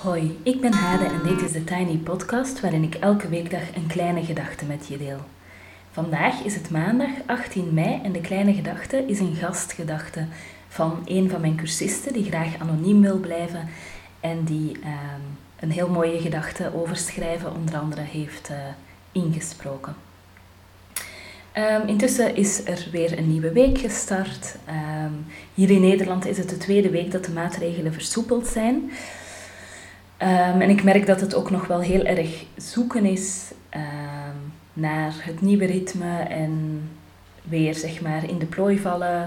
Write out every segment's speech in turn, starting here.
Hoi, ik ben Hade en dit is de Tiny Podcast waarin ik elke weekdag een kleine gedachte met je deel. Vandaag is het maandag 18 mei en de kleine gedachte is een gastgedachte van een van mijn cursisten die graag anoniem wil blijven en die een heel mooie gedachte over schrijven onder andere heeft ingesproken. Intussen is er weer een nieuwe week gestart. Hier in Nederland is het de tweede week dat de maatregelen versoepeld zijn. En ik merk dat het ook nog wel heel erg zoeken is naar het nieuwe ritme en weer zeg maar in de plooi vallen.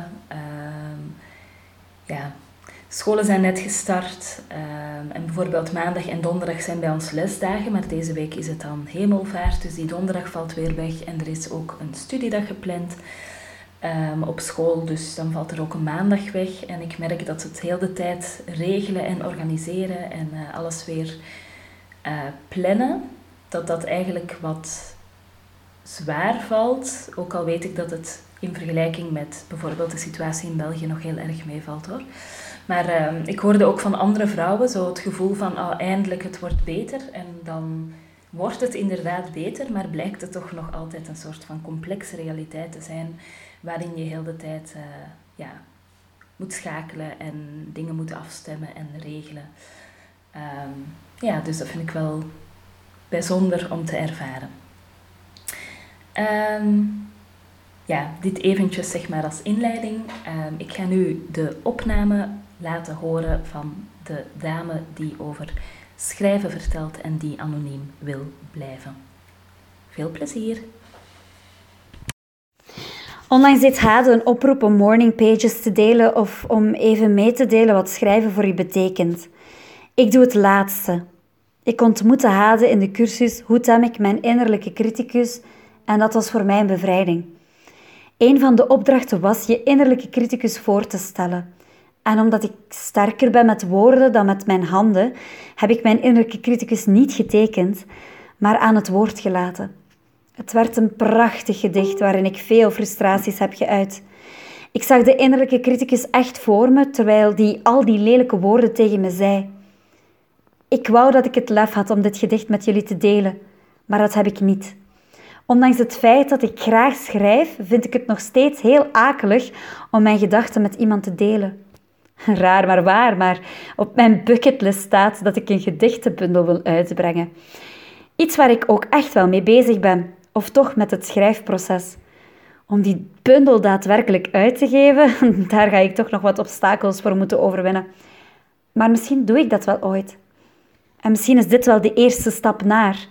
Scholen zijn net gestart en bijvoorbeeld maandag en donderdag zijn bij ons lesdagen, maar deze week is het dan hemelvaart, dus die donderdag valt weer weg en er is ook een studiedag gepland op school, dus dan valt er ook een maandag weg en ik merk dat het heel de tijd regelen en organiseren en alles weer plannen, dat eigenlijk wat zwaar valt, ook al weet ik dat het in vergelijking met bijvoorbeeld de situatie in België nog heel erg meevalt hoor. Maar ik hoorde ook van andere vrouwen zo het gevoel van eindelijk het wordt beter en dan wordt het inderdaad beter, maar blijkt het toch nog altijd een soort van complexe realiteit te zijn waarin je heel de tijd moet schakelen en dingen moet afstemmen en regelen. Dus dat vind ik wel bijzonder om te ervaren. Dit eventjes zeg maar als inleiding. Ik ga nu de opname laten horen van de dame die over schrijven vertelt en die anoniem wil blijven. Veel plezier! Onlangs deed Hade een oproep om morning pages te delen of om even mee te delen wat schrijven voor je betekent. Ik doe het laatste. Ik ontmoette Hade in de cursus Hoe tem ik mijn innerlijke criticus en dat was voor mij een bevrijding. Een van de opdrachten was je innerlijke criticus voor te stellen. En omdat ik sterker ben met woorden dan met mijn handen, heb ik mijn innerlijke criticus niet getekend, maar aan het woord gelaten. Het werd een prachtig gedicht waarin ik veel frustraties heb geuit. Ik zag de innerlijke criticus echt voor me, terwijl die al die lelijke woorden tegen me zei. Ik wou dat ik het lef had om dit gedicht met jullie te delen, maar dat heb ik niet. Ondanks het feit dat ik graag schrijf, vind ik het nog steeds heel akelig om mijn gedachten met iemand te delen. Raar maar waar, maar op mijn bucketlist staat dat ik een gedichtenbundel wil uitbrengen. Iets waar ik ook echt wel mee bezig ben, of toch met het schrijfproces. Om die bundel daadwerkelijk uit te geven, daar ga ik toch nog wat obstakels voor moeten overwinnen. Maar misschien doe ik dat wel ooit. En misschien is dit wel de eerste stap naar.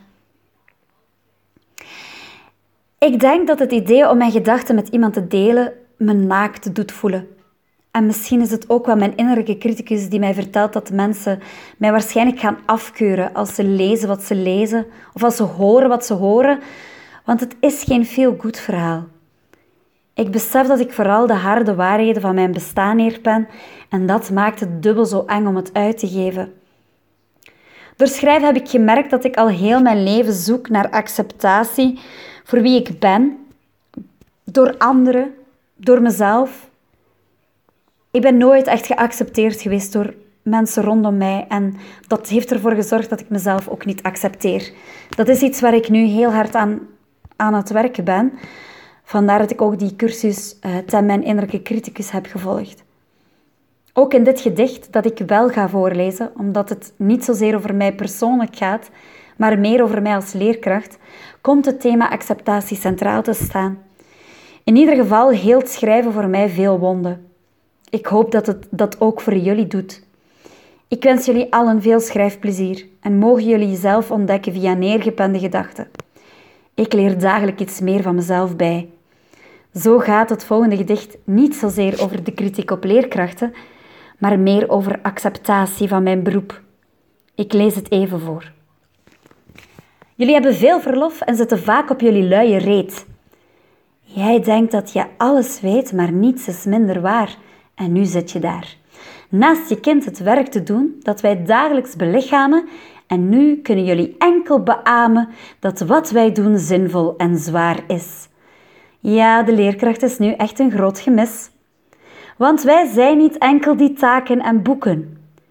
Ik denk dat het idee om mijn gedachten met iemand te delen me naakt doet voelen. En misschien is het ook wel mijn innerlijke criticus die mij vertelt dat mensen mij waarschijnlijk gaan afkeuren als ze lezen wat ze lezen of als ze horen wat ze horen, want het is geen feel-good verhaal. Ik besef dat ik vooral de harde waarheden van mijn bestaan neerpen en dat maakt het dubbel zo eng om het uit te geven. Door schrijven heb ik gemerkt dat ik al heel mijn leven zoek naar acceptatie voor wie ik ben, door anderen, door mezelf. Ik ben nooit echt geaccepteerd geweest door mensen rondom mij en dat heeft ervoor gezorgd dat ik mezelf ook niet accepteer. Dat is iets waar ik nu heel hard aan het werken ben. Vandaar dat ik ook die cursus ten mijn innerlijke criticus heb gevolgd. Ook in dit gedicht dat ik wel ga voorlezen, omdat het niet zozeer over mij persoonlijk gaat, maar meer over mij als leerkracht, komt het thema acceptatie centraal te staan. In ieder geval heelt schrijven voor mij veel wonden. Ik hoop dat het dat ook voor jullie doet. Ik wens jullie allen veel schrijfplezier en mogen jullie jezelf ontdekken via neergepende gedachten. Ik leer dagelijks iets meer van mezelf bij. Zo gaat het volgende gedicht niet zozeer over de kritiek op leerkrachten, maar meer over acceptatie van mijn beroep. Ik lees het even voor. Jullie hebben veel verlof en zitten vaak op jullie luie reet. Jij denkt dat je alles weet, maar niets is minder waar. En nu zit je daar. Naast je kind het werk te doen dat wij dagelijks belichamen en nu kunnen jullie enkel beamen dat wat wij doen zinvol en zwaar is. Ja, de leerkracht is nu echt een groot gemis. Want wij zijn niet enkel die taken en boeken.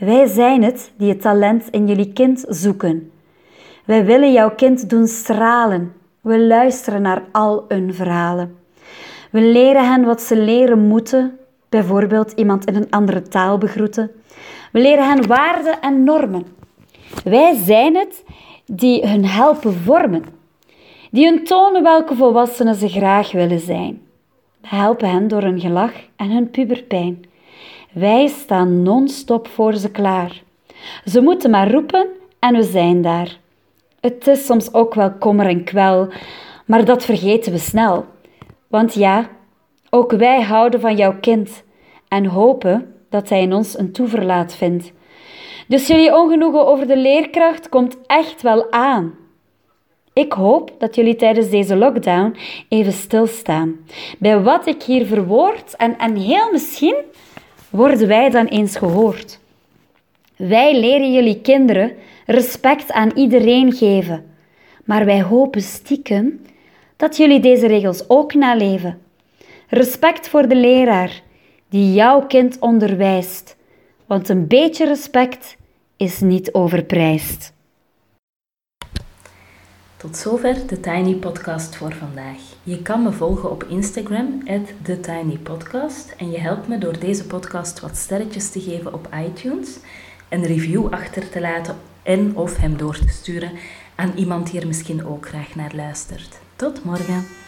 Wij zijn het die het talent in jullie kind zoeken. Wij willen jouw kind doen stralen. We luisteren naar al hun verhalen. We leren hen wat ze leren moeten, bijvoorbeeld iemand in een andere taal begroeten. We leren hen waarden en normen. Wij zijn het die hun helpen vormen, die hun tonen welke volwassenen ze graag willen zijn. We helpen hen door hun gelach en hun puberpijn. Wij staan non-stop voor ze klaar. Ze moeten maar roepen en we zijn daar. Het is soms ook wel kommer en kwel, maar dat vergeten we snel. Want ja, ook wij houden van jouw kind en hopen dat hij in ons een toeverlaat vindt. Dus jullie ongenoegen over de leerkracht komt echt wel aan. Ik hoop dat jullie tijdens deze lockdown even stilstaan bij wat ik hier verwoord en heel misschien worden wij dan eens gehoord. Wij leren jullie kinderen respect aan iedereen geven, maar wij hopen stiekem dat jullie deze regels ook naleven. Respect voor de leraar die jouw kind onderwijst, want een beetje respect is niet overprijsd. Tot zover de Tiny Podcast voor vandaag. Je kan me volgen op Instagram @TheTinyPodcast en je helpt me door deze podcast wat sterretjes te geven op iTunes, een review achter te laten en of hem door te sturen aan iemand die er misschien ook graag naar luistert. Tot morgen!